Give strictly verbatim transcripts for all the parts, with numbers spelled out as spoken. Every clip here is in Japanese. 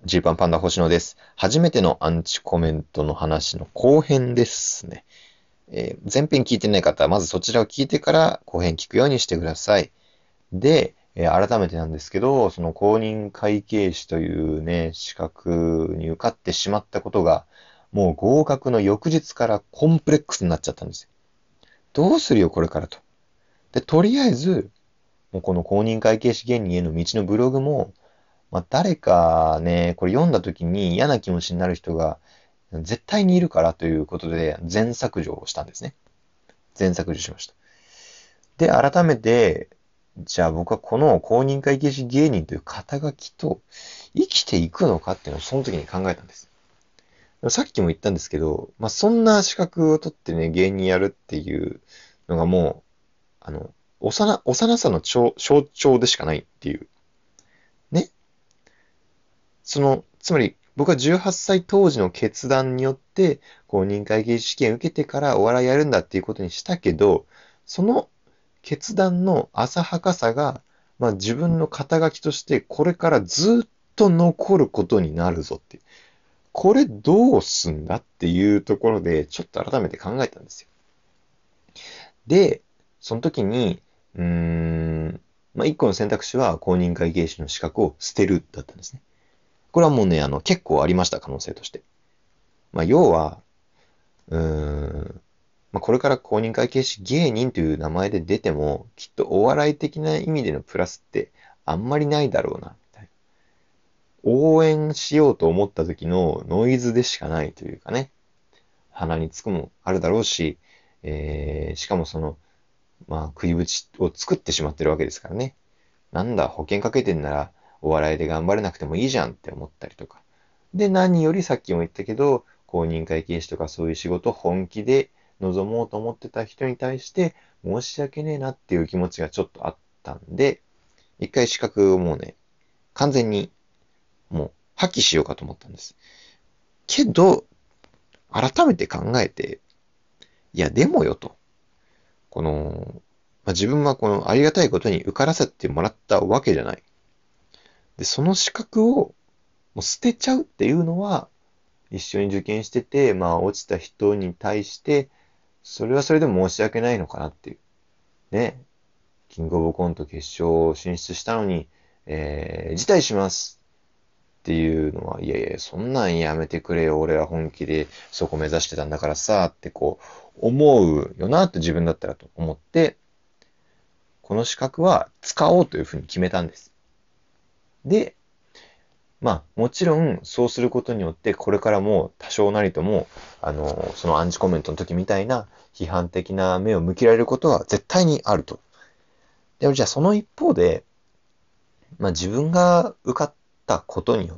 ジーパンパンダ星野です。初めてのアンチコメントの話の後編ですね。えー前編聞いてない方は、まずそちらを聞いてから後編聞くようにしてください。で、えー改めてなんですけど、その公認会計士というね、資格に受かってしまったことが、もう合格の翌日からコンプレックスになっちゃったんですよ。どうするよ、これからと。で、とりあえず、もうこの公認会計士芸人への道のブログも、まあ、誰かね、これ読んだ時に嫌な気持ちになる人が絶対にいるからということで、全削除をしたんですね。全削除しました。で、改めて、じゃあ僕はこの公認会計士芸人という肩書きと生きていくのかっていうのをその時に考えたんです。さっきも言ったんですけど、まあ、そんな資格を取ってね、芸人やるっていうのがもう、あの、幼、幼さの象象徴でしかないっていう。ね。その、つまり、僕はじゅうはっさい当時の決断によって、公認会計士試験受けてからお笑いやるんだっていうことにしたけど、その決断の浅はかさが、まあ自分の肩書きとしてこれからずっと残ることになるぞっていう。これどうすんだっていうところで、ちょっと改めて考えたんですよ。で、その時に、うーん、まあ一個の選択肢は公認会計士の資格を捨てるだったんですね。これはもうね、あの、結構ありました、可能性として。まあ、要は、うーん、まあ、これから公認会計士芸人という名前で出ても、きっとお笑い的な意味でのプラスってあんまりないだろうな、みたいな。応援しようと思った時のノイズでしかないというかね、鼻につくもあるだろうし、えー、しかもその、まあ、食いぶちを作ってしまってるわけですからね。なんだ、保険かけてんなら、お笑いで頑張れなくてもいいじゃんって思ったりとか。で、何よりさっきも言ったけど、公認会計士とかそういう仕事を本気で望もうと思ってた人に対して、申し訳ねえなっていう気持ちがちょっとあったんで、一回資格をもうね、完全にもう破棄しようかと思ったんです。けど、改めて考えて、いや、でもよと。この、まあ、自分はこのありがたいことに受からせてもらったわけじゃない。で、その資格をもう捨てちゃうっていうのは、一緒に受験してて、まあ落ちた人に対して、それはそれでも申し訳ないのかなっていう。ね。キングオブコント決勝進出したのに、えー、辞退しますっていうのは、いやいや、そんなんやめてくれよ。俺は本気でそこ目指してたんだからさ、ってこう、思うよなって自分だったらと思って、この資格は使おうというふうに決めたんです。で、まあ、もちろん、そうすることによって、これからも多少なりとも、あの、そのアンチコメントの時みたいな批判的な目を向けられることは絶対にあると。でもじゃあその一方で、まあ自分が受かったことによって、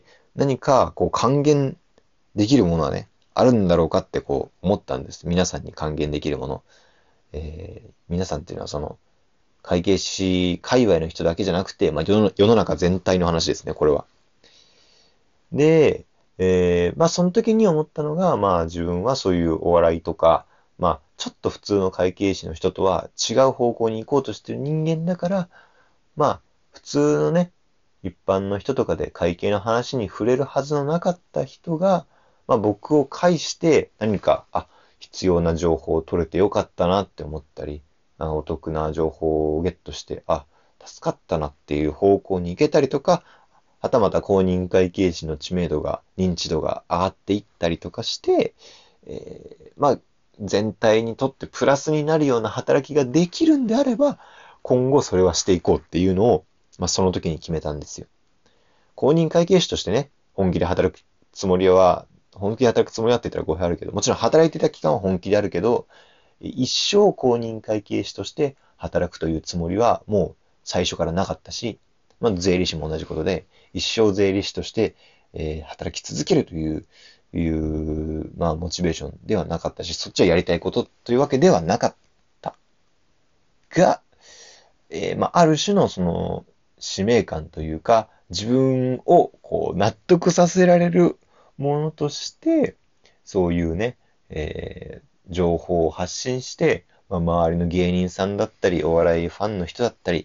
何かこう還元できるものはね、あるんだろうかってこう思ったんです。皆さんに還元できるもの。えー皆さんっていうのはその、会計士界隈の人だけじゃなくて、まあ世の世の中全体の話ですね、これは。で、えーまあその時に思ったのが、まあ自分はそういうお笑いとか、まあちょっと普通の会計士の人とは違う方向に行こうとしてる人間だから、まあ普通のね、一般の人とかで会計の話に触れるはずのなかった人が、まあ僕を介して何か、あ、必要な情報を取れてよかったなって思ったり、あお得な情報をゲットして、あ、助かったなっていう方向に行けたりとか、はたまた公認会計士の知名度が、認知度が上がっていったりとかして、えーまあ、全体にとってプラスになるような働きができるんであれば、今後それはしていこうっていうのを、まあ、その時に決めたんですよ。公認会計士としてね、本気で働くつもりは、本気で働くつもりはって言ったら語弊あるけど、もちろん働いてた期間は本気であるけど、一生公認会計士として働くというつもりはもう最初からなかったし、まあ、税理士も同じことで、一生税理士として、えー働き続けるという、いう、まあ、モチベーションではなかったし、そっちはやりたいことというわけではなかったが、えーまあ、ある種のその使命感というか、自分をこう納得させられるものとして、そういうね、えー情報を発信して、まあ、周りの芸人さんだったり、お笑いファンの人だったり、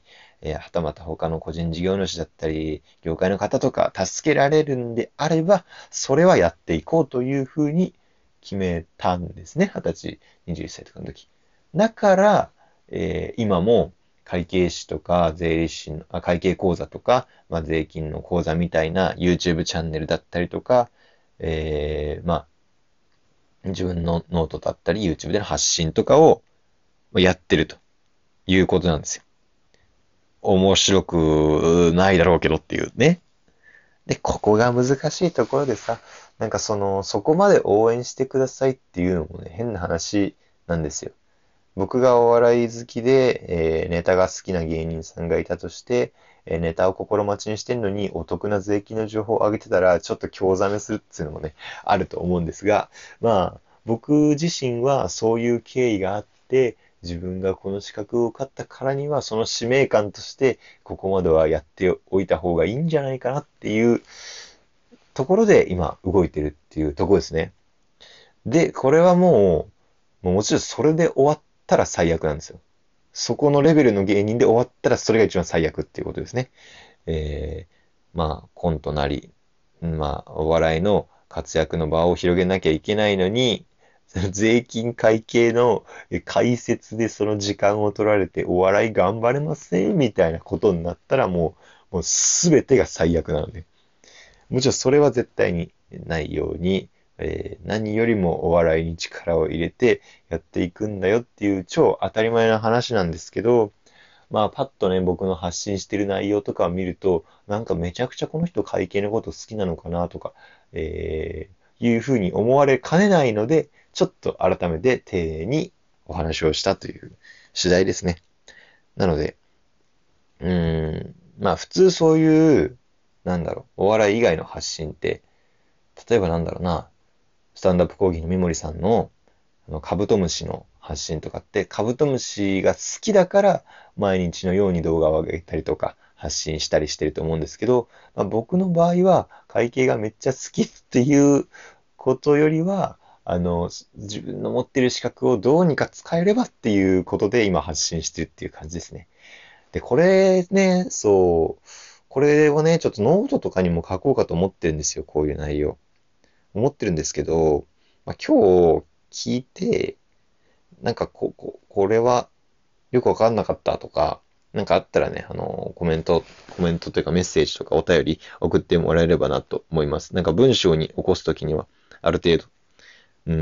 えーはたまた他の個人事業主だったり、業界の方とか助けられるんであれば、それはやっていこうというふうに決めたんですね。はたち、にじゅういっさいとかの時。だから、えー今も会計士とか税理士の、あ会計講座とか、まあ、税金の講座みたいな YouTube チャンネルだったりとか、えーまあ、自分のノートだったり YouTube での発信とかをやってるということなんですよ。面白くないだろうけどっていうね。で、ここが難しいところでさ、なんかその、そこまで応援してくださいっていうのもね、変な話なんですよ。僕がお笑い好きで、えーネタが好きな芸人さんがいたとして、えーネタを心待ちにしてんのにお得な税金の情報を上げてたら、ちょっと興ざめするっていうのもね、あると思うんですが、まあ、僕自身はそういう経緯があって、自分がこの資格を受かったからには、その使命感として、ここまではやっておいた方がいいんじゃないかなっていうところで今動いてるっていうところですね。で、これはもう、もうもちろんそれで終わったら最悪なんですよ。そこのレベルの芸人で終わったらそれが一番最悪っていうことですね。えー、まあ、コントなり、まあ、お笑いの活躍の場を広げなきゃいけないのに、その税金会計の解説でその時間を取られてお笑い頑張れませんみたいなことになったらもう、もうすべてが最悪なので。もちろんそれは絶対にないように、えー何よりもお笑いに力を入れてやっていくんだよっていう超当たり前な話なんですけど、まあパッとね、僕の発信してる内容とかを見ると、なんかめちゃくちゃこの人会計のこと好きなのかなとか、えーいうふうに思われかねないので、ちょっと改めて丁寧にお話をしたという次第ですね。なので、うーん、まあ普通そういう、なんだろう、お笑い以外の発信って、例えばなんだろうな、スタンダップ講義の三森さんの、あの、カブトムシの発信とかって、カブトムシが好きだから、毎日のように動画を上げたりとか、発信したりしてると思うんですけど、まあ、僕の場合は、会計がめっちゃ好きっていうことよりは、あの、自分の持ってる資格をどうにか使えればっていうことで今発信してるっていう感じですね。で、これね、そう、これをね、ちょっとノートとかにも書こうかと思ってるんですよ、こういう内容。思ってるんですけど、まあ、今日聞いて、なんかこ、こ、これはよくわかんなかったとか、なんかあったらね、あの、コメント、コメントというかメッセージとかお便り送ってもらえればなと思います。なんか文章に起こすときには、ある程度、うん、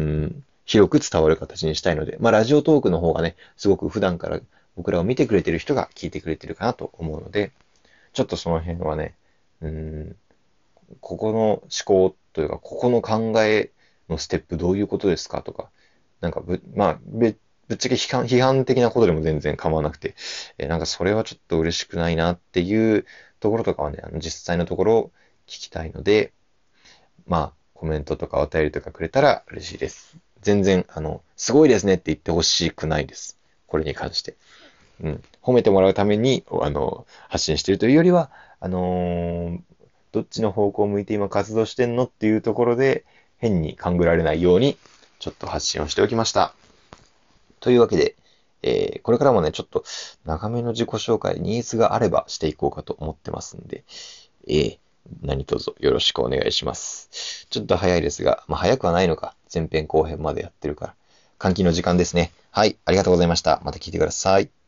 広く伝わる形にしたいので、まあ、ラジオトークの方がね、すごく普段から僕らを見てくれてる人が聞いてくれてるかなと思うので、ちょっとその辺はね、うん、ここの思考というか、ここの考えのステップどういうことですかとか、なんかぶ、まあ、ぶ、ぶっちゃけ批判、批判的なことでも全然構わなくて、えーなんかそれはちょっと嬉しくないなっていうところとかはね、あの実際のところを聞きたいので、まあ、コメントとかお便りとかくれたら嬉しいです。全然、あの、すごいですねって言ってほしくないです。これに関して。うん。褒めてもらうために、あの、発信しているというよりは、あのーどっちの方向を向いて今活動してんのっていうところで、変に勘ぐられないように、ちょっと発信をしておきました。というわけで、えーこれからもね、ちょっと長めの自己紹介、ニーズがあればしていこうかと思ってますんで、えー何卒よろしくお願いします。ちょっと早いですが、まあ早くはないのか。前編後編までやってるから。換気の時間ですね。はい、ありがとうございました。また聞いてください。